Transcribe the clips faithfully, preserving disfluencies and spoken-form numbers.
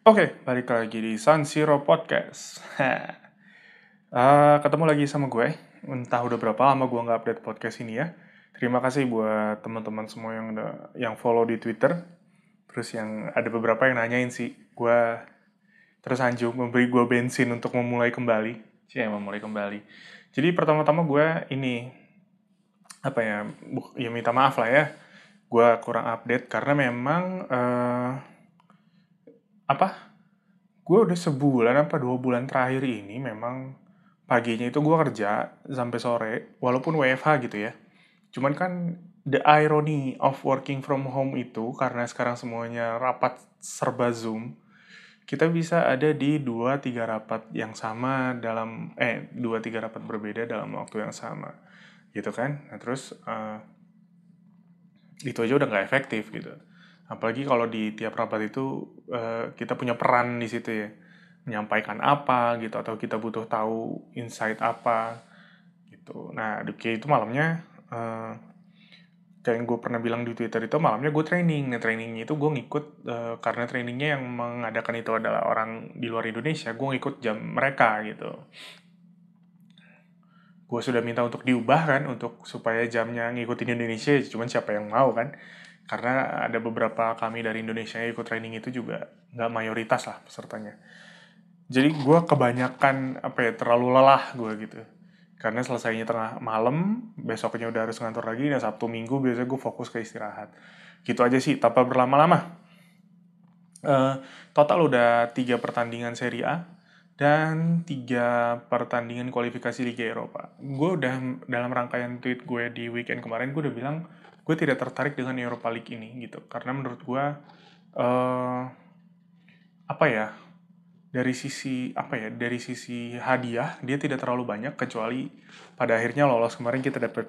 Oke, balik lagi di San Siro Podcast. uh, ketemu lagi sama gue. Entah udah berapa lama gue nggak update podcast ini ya. Terima kasih buat teman-teman semua yang udah yang follow di Twitter. Terus yang ada beberapa yang nanyain sih, gue terus Anju memberi gue bensin untuk memulai kembali. Sih, memulai kembali. Jadi pertama-tama gue ini apa ya? Bu, ya minta maaf lah ya. Gue kurang update karena memang uh, apa? Gue udah sebulan apa dua bulan terakhir ini memang paginya itu gue kerja sampai sore, walaupun W F H gitu ya. Cuman kan the irony of working from home itu, karena sekarang semuanya rapat serba Zoom, kita bisa ada di dua tiga rapat yang sama dalam, eh, dua tiga rapat berbeda dalam waktu yang sama. Gitu kan? Nah terus, uh, itu aja udah nggak efektif gitu. Apalagi kalau di tiap rapat itu uh, kita punya peran di situ ya, menyampaikan apa gitu atau kita butuh tahu insight apa gitu. Nah, di itu malamnya uh, kayak yang gue pernah bilang di Twitter itu malamnya gue training. Nah, trainingnya itu gue ngikut uh, karena trainingnya yang mengadakan itu adalah orang di luar Indonesia, gue ngikut jam mereka gitu. Gue sudah minta untuk diubah kan, untuk supaya jamnya ngikutin Indonesia, cuman siapa yang mau kan, karena ada beberapa kami dari Indonesia yang ikut training itu juga nggak mayoritas lah pesertanya. Jadi gue kebanyakan apa ya, terlalu lelah gue gitu, karena selesainya tengah malam, besoknya udah harus ngantor lagi, dan Sabtu Minggu biasanya gue fokus ke istirahat. Gitu aja sih, tanpa berlama-lama. Uh, total udah tiga pertandingan Serie A dan tiga pertandingan kualifikasi Liga Eropa. Gue udah dalam rangkaian tweet gue di weekend kemarin, gue udah bilang gue tidak tertarik dengan Europa League ini gitu, karena menurut gue uh, apa ya, dari sisi apa ya dari sisi hadiah dia tidak terlalu banyak, kecuali pada akhirnya lolos kemarin kita dapat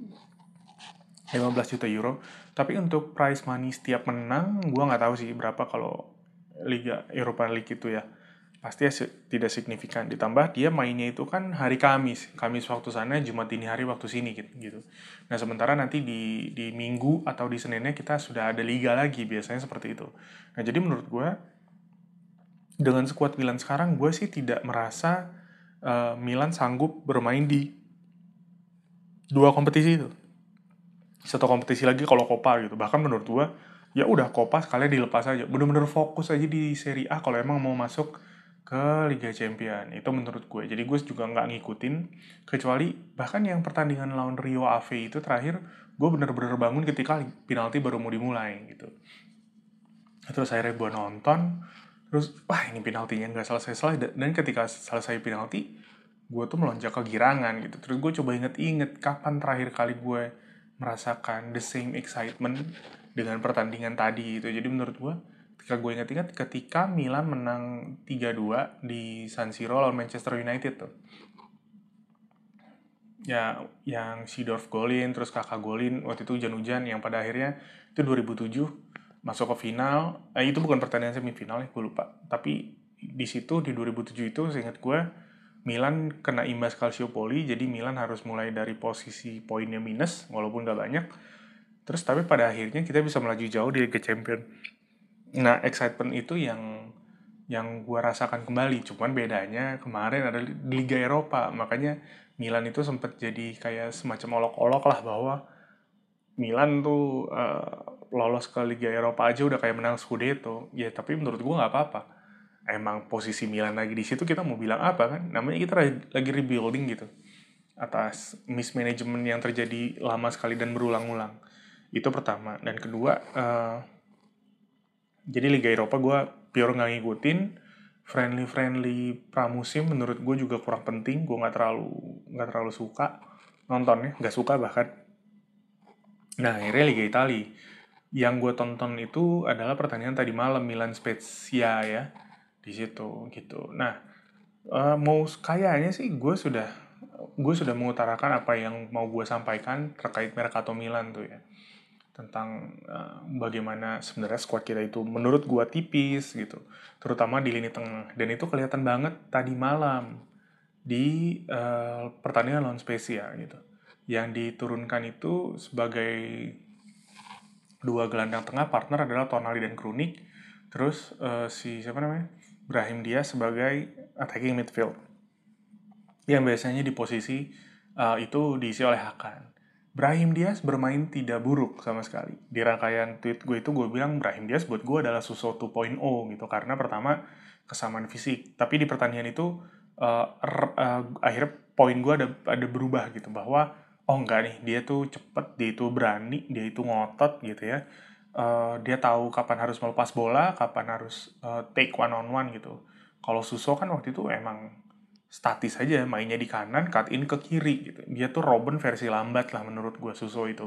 lima belas juta euro. Tapi untuk prize money setiap menang, gue nggak tahu sih berapa kalau Liga Eropa League itu ya. Pasti tidak signifikan. Ditambah dia mainnya itu kan hari Kamis. Kamis waktu sana, Jumat dini hari waktu sini gitu. Nah sementara nanti di, di Minggu atau di Seninnya kita sudah ada Liga lagi. Biasanya seperti itu. Nah jadi menurut gue, dengan skuad Milan sekarang, gue sih tidak merasa uh, Milan sanggup bermain di dua kompetisi itu. Satu kompetisi lagi kalau Copa gitu. Bahkan menurut gue, ya udah Copa sekalian dilepas aja. Bener-bener fokus aja di Serie A kalau emang mau masuk ke Liga Champion. Itu menurut gue. Jadi gue juga nggak ngikutin. Kecuali bahkan yang pertandingan lawan Rio Ave itu terakhir, gue bener-bener bangun ketika penalti baru mau dimulai gitu. Terus akhirnya gue nonton. Terus, wah ini penaltinya nggak selesai-selesai. Dan ketika selesai penalti, gue tuh melonjak kegirangan gitu. Terus gue coba inget-inget kapan terakhir kali gue merasakan the same excitement dengan pertandingan tadi gitu. Jadi menurut gue, ketika gue inget-inget ketika Milan menang tiga dua di San Siro lawan Manchester United tuh. Ya, yang Seedorf golin, terus Kakak golin, waktu itu hujan-hujan, yang pada akhirnya itu dua ribu tujuh masuk ke final. Eh, itu bukan pertandingan semifinal ya, gue lupa. Tapi di situ di dua ribu tujuh itu seingat gue Milan kena imbas Calciopoli, jadi Milan harus mulai dari posisi poinnya minus walaupun gak banyak. Terus tapi pada akhirnya kita bisa melaju jauh di Liga Champions. Nah, excitement itu yang yang gue rasakan kembali. Cuman bedanya kemarin ada di Liga Eropa, makanya Milan itu sempat jadi kayak semacam olok-olok lah bahwa Milan tuh uh, lolos ke Liga Eropa aja udah kayak menang Scudetto. Ya tapi menurut gue nggak apa-apa. Emang posisi Milan lagi di situ, kita mau bilang apa kan? Namanya kita lagi rebuilding gitu atas mismanagement yang terjadi lama sekali dan berulang-ulang. Itu pertama. Dan kedua, uh, jadi Liga Eropa gue pure nggak ngikutin. Friendly-friendly pramusim menurut gue juga kurang penting. Gue nggak terlalu nggak terlalu suka nontonnya, nggak suka bahkan. Nah akhirnya Liga Italia. Yang gue tonton itu adalah pertandingan tadi malam Milan Spezia ya, di situ gitu. Nah uh, mau kayaknya sih gue sudah gue sudah mengutarakan apa yang mau gue sampaikan terkait Mercato Milan tuh ya, tentang uh, bagaimana sebenarnya squad kita itu menurut gue tipis gitu, terutama di lini tengah, dan itu kelihatan banget tadi malam di uh, pertandingan lawan Spezia gitu. Yang diturunkan itu sebagai dua gelandang tengah partner adalah Tonali dan Krunic. Terus uh, si siapa namanya? Brahim Diaz sebagai attacking midfield yang biasanya di posisi uh, itu diisi oleh Hakan. Brahim Diaz bermain tidak buruk sama sekali. Di rangkaian tweet gue itu gue bilang Brahim Diaz buat gue adalah Suso dua titik nol gitu. Karena pertama kesamaan fisik. Tapi di pertandingan itu uh, r- uh, akhirnya poin gue ada, ada berubah gitu. Bahwa oh enggak nih, dia tuh cepet, dia itu berani, dia itu ngotot gitu ya. Uh, dia tahu kapan harus melepas bola, kapan harus uh, take one on one gitu. Kalau Suso kan waktu itu emang statis aja, mainnya di kanan, cut in ke kiri gitu. Dia tuh Robben versi lambat lah menurut gue Suso itu.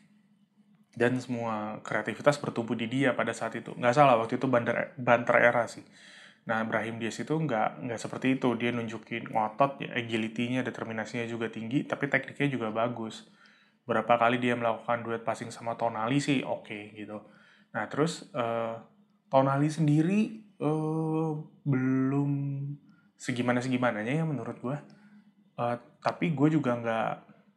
Dan semua kreativitas bertumbuh di dia pada saat itu. Nggak salah, waktu itu banter, banter era sih. Nah, Brahim Diaz itu nggak, nggak seperti itu. Dia nunjukin ngotot, ya, agility-nya, determinasinya juga tinggi, tapi tekniknya juga bagus. Berapa kali dia melakukan duet passing sama Tonali sih oke okay, gitu. Nah, terus uh, Tonali sendiri uh, belum segimana-segimananya ya menurut gue. Uh, tapi gue juga nggak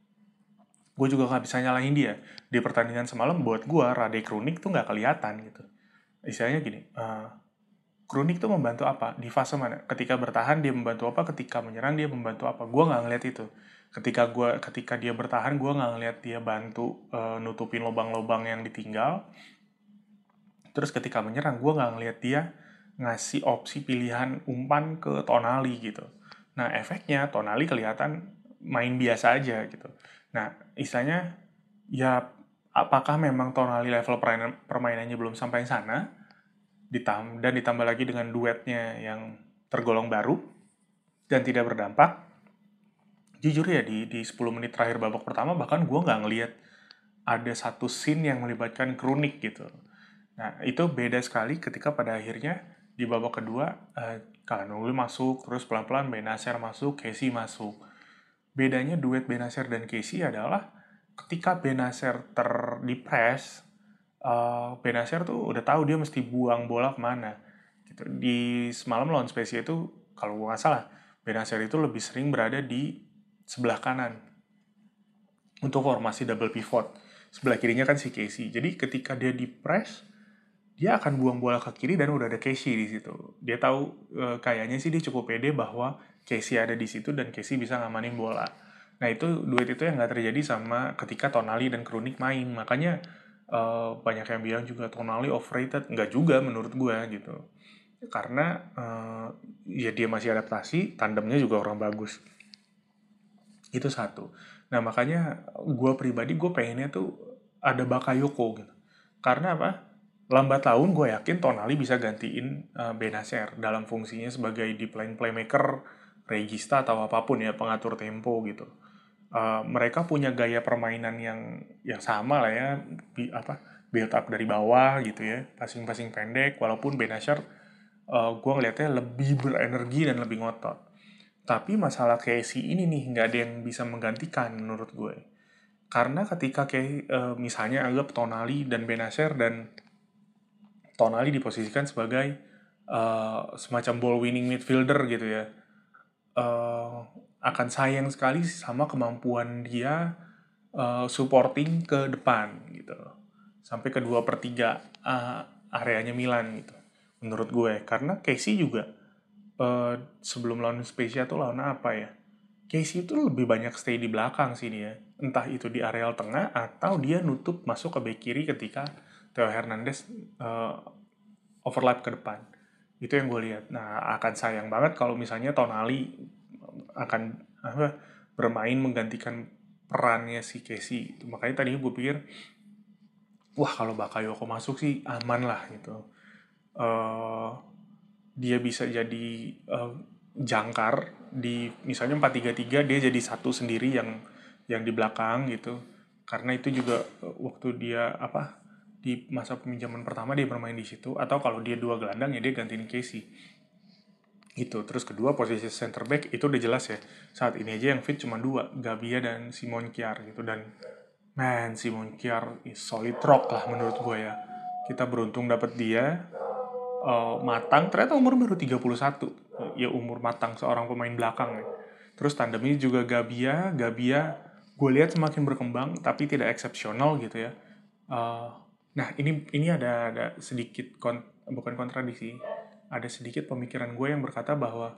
gue juga nggak bisa nyalahin dia. Di pertandingan semalam buat gue Rade Krunic tuh nggak kelihatan gitu. Istilahnya gini, uh, Krunic tuh membantu apa di fase mana? Ketika bertahan dia membantu apa, ketika menyerang dia membantu apa? Gue nggak ngeliat itu. Ketika gua ketika dia bertahan gue nggak ngeliat dia bantu uh, nutupin lubang-lubang yang ditinggal. Terus ketika menyerang gue nggak ngeliat dia ngasih opsi pilihan umpan ke Tonali gitu. Nah efeknya Tonali kelihatan main biasa aja gitu. Nah istilahnya ya apakah memang Tonali level permainannya belum sampai sana, ditam dan ditambah lagi dengan duetnya yang tergolong baru dan tidak berdampak. Jujur ya di di sepuluh menit terakhir babak pertama bahkan gue nggak ngelihat ada satu scene yang melibatkan Krunic gitu. Nah itu beda sekali ketika pada akhirnya di babak kedua eh, Calhanoglu masuk, terus pelan-pelan Benacer masuk, Casey masuk. Bedanya duet Benacer dan Casey adalah ketika Benacer terdipres, uh, Benacer tuh udah tahu dia mesti buang bola kemana. Gitu. Di semalam lawan Spezia itu, kalau gue nggak salah, Benacer itu lebih sering berada di sebelah kanan untuk formasi double pivot. Sebelah kirinya kan si Casey. Jadi ketika dia di press, dia akan buang bola ke kiri dan udah ada Casey di situ. Dia tahu e, kayaknya sih dia cukup pede bahwa Casey ada di situ dan Casey bisa ngamanin bola. Nah itu duet itu yang nggak terjadi sama ketika Tonali dan Krunic main. Makanya e, banyak yang bilang juga Tonali overrated. Nggak juga menurut gue gitu. Karena e, ya dia masih adaptasi, tandemnya juga orang bagus. Itu satu. Nah makanya gue pribadi gue pengennya tuh ada Bakayoko gitu. Karena apa? Lambat laun gue yakin Tonali bisa gantiin uh, Benacer dalam fungsinya sebagai deep line playmaker, regista atau apapun ya, pengatur tempo gitu. Uh, mereka punya gaya permainan yang yang sama lah ya, bi, apa build up dari bawah gitu ya, passing-passing pendek. Walaupun Benacer uh, gue ngeliatnya lebih berenergi dan lebih ngotot. Tapi masalah Casey ini nih nggak ada yang bisa menggantikan menurut gue. Karena ketika kayak uh, misalnya anggap Tonali dan Benacer dan Tonali diposisikan sebagai uh, semacam ball winning midfielder gitu ya. Uh, akan sayang sekali sama kemampuan dia uh, supporting ke depan gitu. Sampai ke dua per tiga uh, areanya Milan gitu. Menurut gue. Karena Casey juga uh, sebelum lawan Spezia tuh lawan apa ya? Casey itu lebih banyak stay di belakang sih dia. Entah itu di areal tengah atau dia nutup masuk ke bek kiri ketika Theo Hernandez uh, overlap ke depan. Itu yang gue lihat. Nah, akan sayang banget kalau misalnya Tonali akan apa, bermain menggantikan perannya si Casey. Makanya tadi gue pikir, wah kalau Bakayoko masuk sih aman lah gitu. Uh, dia bisa jadi uh, jangkar di misalnya empat tiga tiga dia jadi satu sendiri yang yang di belakang gitu. Karena itu juga uh, waktu dia apa di masa peminjaman pertama dia bermain di situ, atau kalau dia dua gelandang ya dia gantiin Casey gitu. Terus kedua posisi center back itu udah jelas ya, saat ini aja yang fit cuma dua, Gabia dan Simon Kjaer gitu. Dan man, Simon Kjaer is solid rock lah menurut gue ya. Kita beruntung dapat dia, uh, matang, ternyata umur baru tiga puluh satu, ya umur matang seorang pemain belakang ya. Terus tandemnya juga Gabia Gabia gue lihat semakin berkembang tapi tidak eksepsional gitu ya. uh, Nah, ini ini ada ada sedikit kon, bukan kontradiksi, ada sedikit pemikiran gue yang berkata bahwa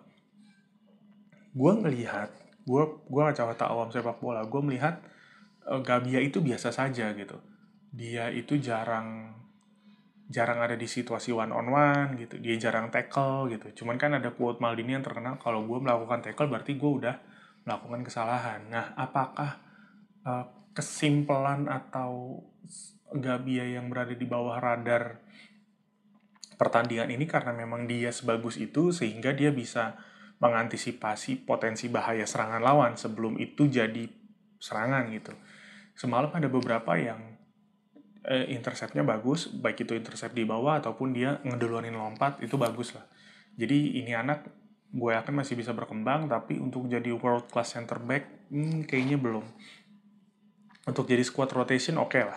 gue ngelihat, gue gue kacamata awam sepak bola, gue melihat uh, Gabia itu biasa saja gitu. Dia itu jarang jarang ada di situasi one on one gitu. Dia jarang tackle gitu. Cuman kan ada quote Maldini yang terkenal, kalau gue melakukan tackle berarti gue udah melakukan kesalahan. Nah, apakah uh, kesimpelan atau Gabia yang berada di bawah radar pertandingan ini karena memang dia sebagus itu sehingga dia bisa mengantisipasi potensi bahaya serangan lawan sebelum itu jadi serangan gitu. Semalam ada beberapa yang eh, interceptnya bagus, baik itu intercept di bawah ataupun dia ngeduluanin lompat, itu bagus lah. Jadi ini anak gue yakin masih bisa berkembang, tapi untuk jadi world class center back, hmm, kayaknya belum. Untuk jadi squad rotation oke okay lah.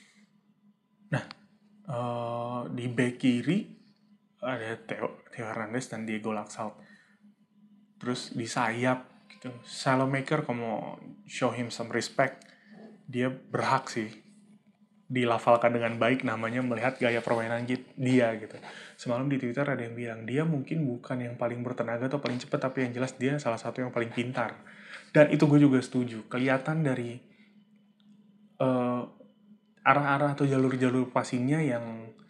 Nah, uh, di back kiri ada Theo, Theo Hernandez dan Diego Laxalt. Terus di sayap gitu, Salamaker kalau show him some respect, dia berhak sih dilafalkan dengan baik namanya melihat gaya permainan dia gitu. Semalam di Twitter ada yang bilang dia mungkin bukan yang paling bertenaga atau paling cepat, tapi yang jelas dia salah satu yang paling pintar. Dan itu gue juga setuju. Kelihatan dari uh, arah-arah atau jalur-jalur passingnya yang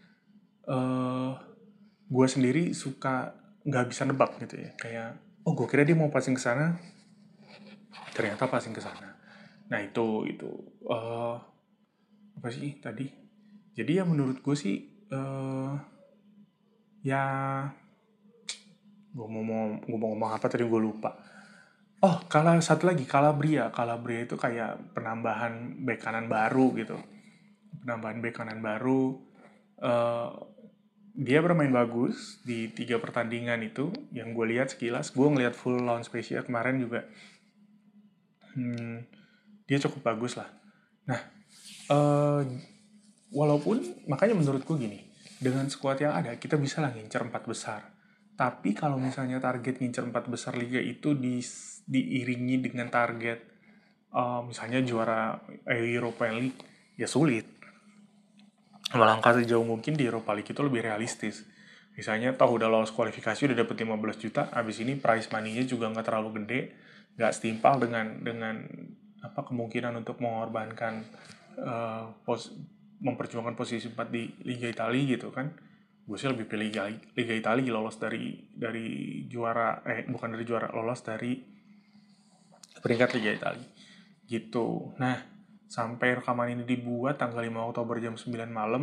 uh, gue sendiri suka nggak bisa nebak gitu ya. Kayak oh gue kira dia mau passing ke sana, ternyata passing ke sana. Nah itu itu uh, apa sih tadi? Jadi ya menurut gue sih uh, ya gue mau gue mau ngomong apa tadi gue lupa. Oh, kalau satu lagi Calabria, Calabria itu kayak penambahan bek kanan baru gitu. Penambahan bek kanan baru. Uh, dia bermain bagus di tiga pertandingan itu. Yang gue lihat sekilas, gue ngelihat full lawan Spezia kemarin juga. Hmm, dia cukup bagus lah. Nah, uh, walaupun makanya menurut gue gini, dengan skuad yang ada kita bisa lah ngincer empat besar. Tapi kalau misalnya target ngincer empat besar liga itu di, diiringi dengan target uh, misalnya juara Europa League, ya sulit. Melangkah sejauh mungkin di Europa League itu lebih realistis. Misalnya tahu udah lolos kualifikasi udah dapet lima belas juta, abis ini prize money-nya juga nggak terlalu gede, nggak setimpal dengan dengan apa kemungkinan untuk mengorbankan uh, pos, memperjuangkan posisi empat di Liga Italia gitu kan. Gue sih lebih pilih Liga, Liga Italia lolos dari dari juara eh bukan dari juara, lolos dari peringkat Liga Italia gitu. Nah, sampai rekaman ini dibuat tanggal lima Oktober jam sembilan malam,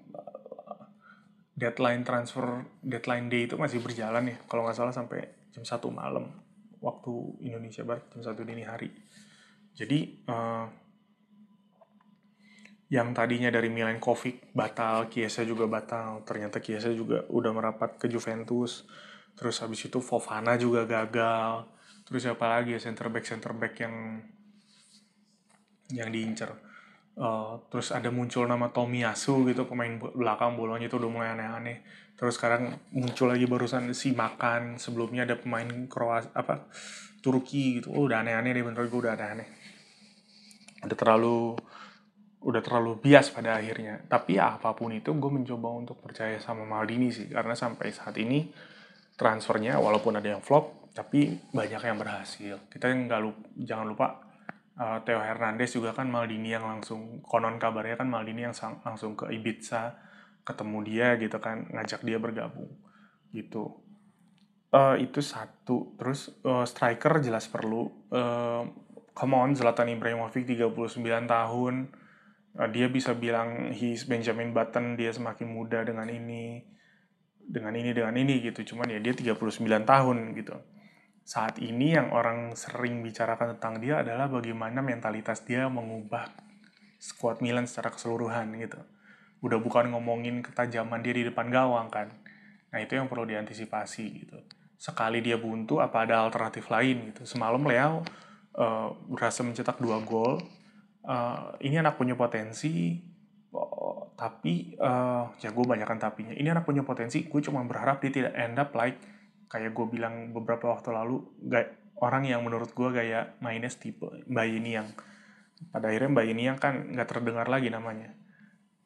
deadline transfer, deadline day itu masih berjalan ya. Kalau nggak salah sampai jam satu malam waktu Indonesia Barat, jam satu dini hari. Jadi uh, yang tadinya dari Milenkovic batal, Chiesa juga batal, ternyata Chiesa juga udah merapat ke Juventus. Terus habis itu Fofana juga gagal. Terus siapa lagi ya center back center back yang yang diincer. Uh, terus ada muncul nama Tomiyasu gitu, pemain belakang bolanya itu udah mulai aneh-aneh. Terus sekarang muncul lagi barusan si Makan, sebelumnya ada pemain Kroasia apa Turki gitu. Oh, udah aneh-aneh deh, bener gue udah aneh-aneh. Udah terlalu udah terlalu bias pada akhirnya. Tapi ya apapun itu gue mencoba untuk percaya sama Maldini sih, karena sampai saat ini transfernya walaupun ada yang flop tapi banyak yang berhasil. Kita nggak lupa, jangan lupa uh, Theo Hernandez juga kan Maldini yang langsung, konon kabarnya kan Maldini yang sang, langsung ke Ibiza ketemu dia gitu kan, ngajak dia bergabung gitu. Uh, itu satu. Terus uh, striker jelas perlu. Uh, come on, Zlatan Ibrahimovic tiga puluh sembilan tahun. Uh, dia bisa bilang he's Benjamin Button, dia semakin muda dengan ini, dengan ini, dengan ini gitu. Cuman ya dia tiga puluh sembilan tahun gitu. Saat ini yang orang sering bicarakan tentang dia adalah bagaimana mentalitas dia mengubah skuad Milan secara keseluruhan gitu. Udah bukan ngomongin ketajaman dia di depan gawang kan. Nah itu yang perlu diantisipasi gitu. Sekali dia buntu, apa ada alternatif lain gitu. Semalam Leao uh, berhasil mencetak dua gol. Uh, ini anak punya potensi, uh, tapi uh, ya gue banyakkan tapinya. Ini anak punya potensi, gue cuma berharap dia tidak end up like kayak gue bilang beberapa waktu lalu, gak, orang yang menurut gue gaya mainnya tipe Bayini yang pada akhirnya Bayini yang kan nggak terdengar lagi namanya.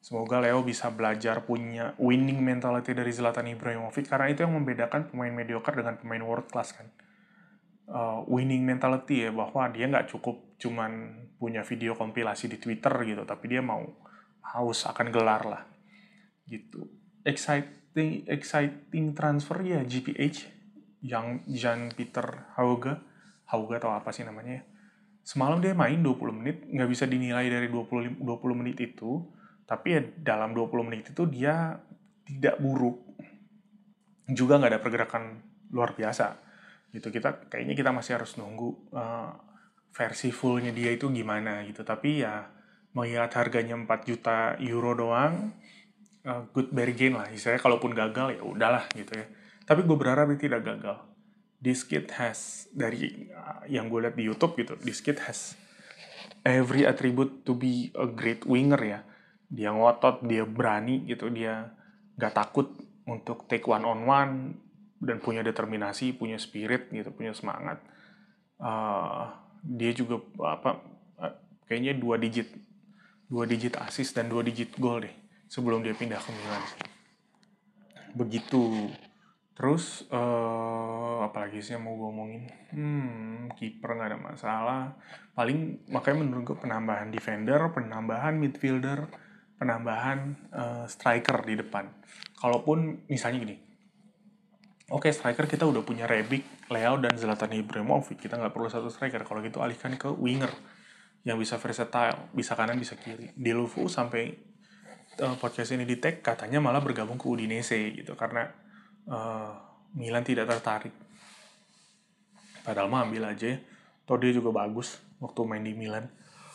Semoga Leo bisa belajar punya winning mentality dari Zlatan Ibrahimovic, karena itu yang membedakan pemain mediocre dengan pemain world class kan. Uh, winning mentality ya, bahwa dia nggak cukup cuman punya video kompilasi di Twitter gitu, tapi dia mau haus akan gelar lah gitu. Exciting exciting transfer ya G P H, yang Jan Peter Hauge, Hauge atau apa sih namanya ya. Semalam dia main dua puluh menit, nggak bisa dinilai dari dua puluh, dua puluh menit itu, tapi ya dalam dua puluh menit itu dia tidak buruk. Juga nggak ada pergerakan luar biasa. Gitu, kita kayaknya kita masih harus nunggu uh, versi fullnya dia itu gimana gitu. Tapi ya mengingat harganya empat juta euro doang, uh, good bargain lah. Istilahnya kalaupun gagal ya udahlah gitu ya. Tapi gue berharap dia tidak gagal. This kid has, dari uh, yang gue lihat di YouTube gitu, this kid has every attribute to be a great winger ya. Dia ngotot, dia berani gitu, dia gak takut untuk take one on one, dan punya determinasi, punya spirit gitu, punya semangat. Uh, dia juga apa? Uh, kayaknya dua digit, dua digit assist dan dua digit gol deh sebelum dia pindah ke Milan. Begitu. Terus uh, apalagi sih yang mau gue omongin? Hmm, kiper nggak ada masalah. Paling makanya menurut gue penambahan defender, penambahan midfielder, penambahan uh, striker di depan. Kalaupun misalnya gini, oke, okay, striker kita udah punya Rebic, Leo, dan Zlatan Ibrahimovic. Kita nggak perlu satu striker. Kalau gitu alihkan ke winger yang bisa versatile, bisa kanan, bisa kiri. Deulofeu sampai uh, podcast ini di tag katanya malah bergabung ke Udinese gitu, karena uh, Milan tidak tertarik. Padahal mah ambil aja ya. Toh dia juga bagus waktu main di Milan.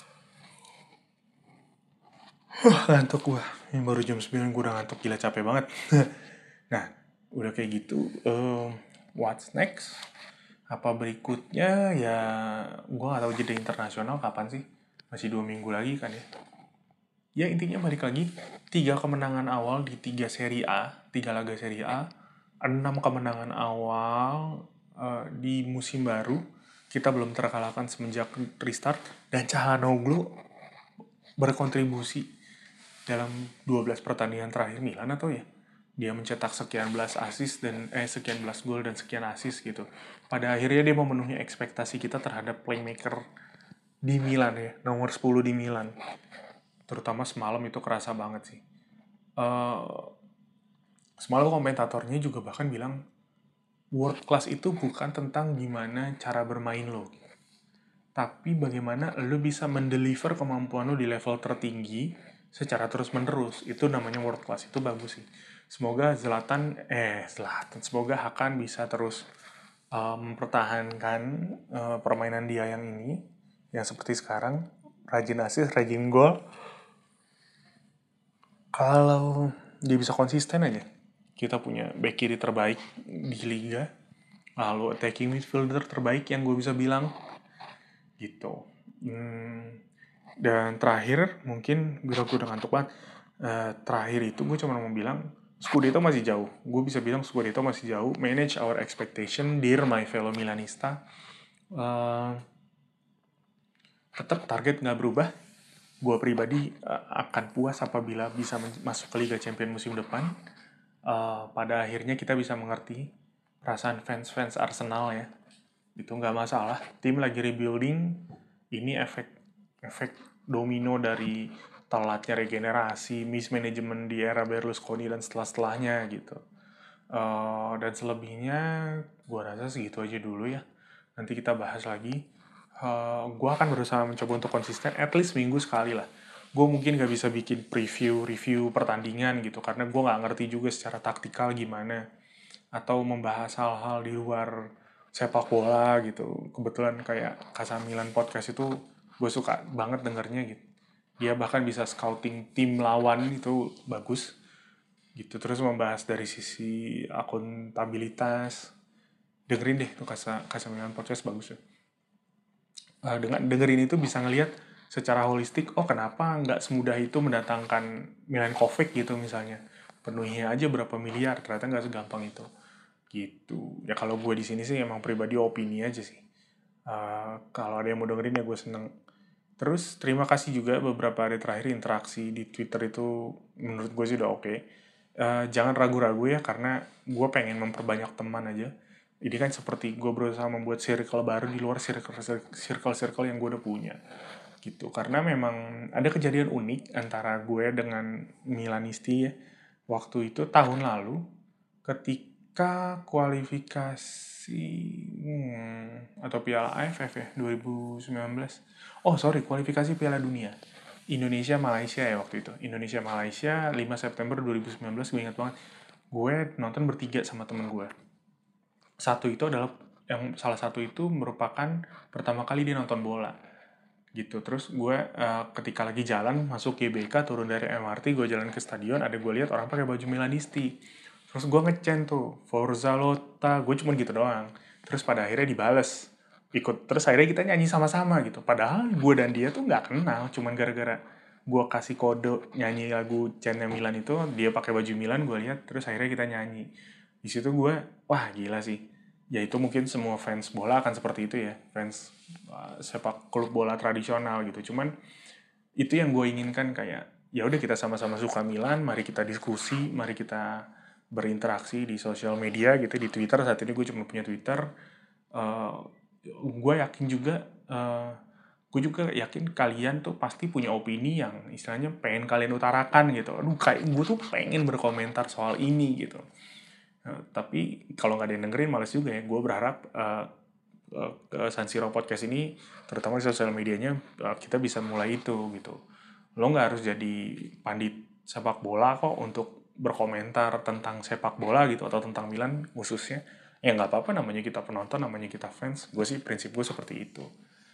Huh, ngantuk gue. Ini baru jam sembilan gue udah ngantuk, gila capek banget. Nah, udah kayak gitu. Um, what's next? Apa berikutnya? Ya, gue gak tahu jeda internasional kapan sih. Masih dua minggu lagi kan ya. Ya intinya balik lagi, tiga kemenangan awal di tiga seri A, tiga laga seri A, enam kemenangan awal uh, di musim baru, kita belum terkalahkan semenjak restart, dan Calhanoglu berkontribusi dalam dua belas pertandingan terakhir Milan atau ya, dia mencetak sekian belas assist dan eh sekian belas gol dan sekian assist gitu. Pada akhirnya dia memenuhi ekspektasi kita terhadap playmaker di Milan ya, nomor sepuluh di Milan. Terutama semalam itu kerasa banget sih. Uh, semalam komentatornya juga bahkan bilang world class itu bukan tentang gimana cara bermain lo, tapi bagaimana lo bisa mendeliver kemampuan lo di level tertinggi secara terus-menerus. Itu namanya world class. Itu bagus sih. Semoga Zlatan, eh Zlatan, semoga Hakan bisa terus uh, mempertahankan uh, permainan dia yang ini, yang seperti sekarang, rajin assist, rajin gol. Kalau dia bisa konsisten aja, kita punya back kiri terbaik di liga, lalu attacking midfielder terbaik yang gue bisa bilang gitu. Hmm, dan terakhir mungkin gue udah ngantuk banget. Uh, terakhir itu gue cuma mau bilang Scudetto masih jauh. Gue bisa bilang Scudetto masih jauh. Manage our expectation, dear my fellow Milanista. Uh, tetap target nggak berubah. Gue pribadi uh, akan puas apabila bisa masuk ke Liga Champions musim depan. Uh, pada akhirnya kita bisa mengerti perasaan fans-fans Arsenal ya. Itu nggak masalah. Tim lagi rebuilding. Ini efek efek domino dari telatnya regenerasi, mismanagement di era Berlusconi dan setelah-setelahnya gitu. Uh, dan selebihnya gue rasa segitu aja dulu ya. Nanti kita bahas lagi. Uh, gue akan berusaha mencoba untuk konsisten at least minggu sekali lah. Gue mungkin gak bisa bikin preview review pertandingan gitu, karena gue gak ngerti juga secara taktikal gimana, atau membahas hal-hal di luar sepak bola gitu. Kebetulan kayak Kasamilan Podcast itu gue suka banget dengernya gitu. Dia bahkan bisa scouting tim lawan, itu bagus gitu. Terus membahas dari sisi akuntabilitas. Dengerin deh tuh Kasamilan Podcast, bagus ya. Uh, dengan dengerin itu bisa ngelihat secara holistik, oh kenapa nggak semudah itu mendatangkan Milankovic gitu misalnya, penuhi aja berapa miliar, ternyata nggak segampang itu gitu ya. Kalau gue di sini sih emang pribadi opini aja sih. Uh, kalau ada yang mau dengerin ya gue seneng. Terus terima kasih juga beberapa hari terakhir interaksi di Twitter itu menurut gue sih udah oke. Eh, jangan ragu-ragu ya, karena gue pengen memperbanyak teman aja. Ini kan seperti gue berusaha membuat circle baru di luar circle-circle yang gue udah punya gitu. Karena memang ada kejadian unik antara gue dengan Milanisti ya. Waktu itu tahun lalu ketika kualifikasi hmm, atau Piala A F F ya dua ribu sembilan belas. Oh sorry, kualifikasi Piala Dunia. Indonesia Malaysia ya waktu itu. Indonesia Malaysia lima September dua ribu sembilan belas, gue ingat banget. Gue nonton bertiga sama temen gue. Satu itu adalah yang salah satu itu merupakan pertama kali dia nonton bola gitu. Terus gue uh, ketika lagi jalan masuk G B K, turun dari M R T, gue jalan ke stadion, ada gue lihat orang pakai baju Milanisti. Terus gue ngecen tuh Forza Lota, gue cuma gitu doang. Terus pada akhirnya dibales ikut, terus akhirnya kita nyanyi sama-sama gitu. Padahal gue dan dia tuh nggak kenal, cuman gara-gara gue kasih kode nyanyi lagu chantnya Milan itu, dia pakai baju Milan, gue lihat, terus akhirnya kita nyanyi. Di situ gue, wah gila sih. Ya itu mungkin semua fans bola akan seperti itu ya, fans uh, sepak klub bola tradisional gitu. Cuman itu yang gue inginkan, kayak ya udah kita sama-sama suka Milan, mari kita diskusi, mari kita berinteraksi di sosial media gitu, di Twitter. Saat ini gue cuma punya Twitter. Uh, gue yakin juga, uh, gue juga yakin kalian tuh pasti punya opini yang istilahnya pengen kalian utarakan gitu. Aduh, kayak gue tuh pengen berkomentar soal ini gitu. Uh, tapi kalau nggak ada yang dengerin males juga ya. Gue berharap uh, uh, San Siro Podcast ini, terutama di sosial medianya, uh, kita bisa mulai itu gitu. Lo nggak harus jadi pandit sepak bola kok untuk berkomentar tentang sepak bola gitu, atau tentang Milan khususnya. Ya nggak apa-apa, namanya kita penonton, namanya kita fans. Gue sih prinsip gue seperti itu.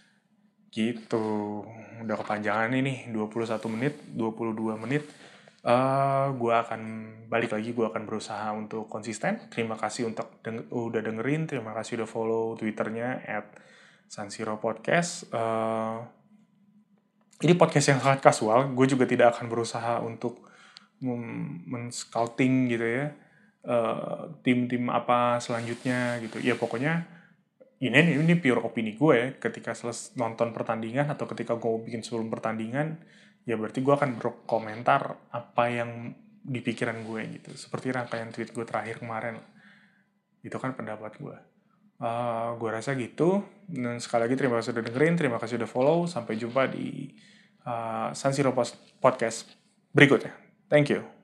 Gitu. Udah kepanjangan ini, dua puluh satu menit, dua puluh dua menit. Uh, gue akan balik lagi, gue akan berusaha untuk konsisten. Terima kasih untuk deng- udah dengerin, terima kasih udah follow Twitternya at San Siro Podcast. Uh, ini podcast yang sangat kasual, gue juga tidak akan berusaha untuk men-scouting gitu ya, uh, tim-tim apa selanjutnya gitu. Ya pokoknya ini ini pure opini gue ya. Ketika selesai nonton pertandingan atau ketika gue bikin sebelum pertandingan, ya berarti gue akan berkomentar apa yang di pikiran gue gitu, seperti rangkaian tweet gue terakhir kemarin. Itu kan pendapat gue. Uh, gue rasa gitu. Dan sekali lagi terima kasih udah dengerin, terima kasih udah follow. Sampai jumpa di uh, San Siro Podcast berikutnya. Thank you.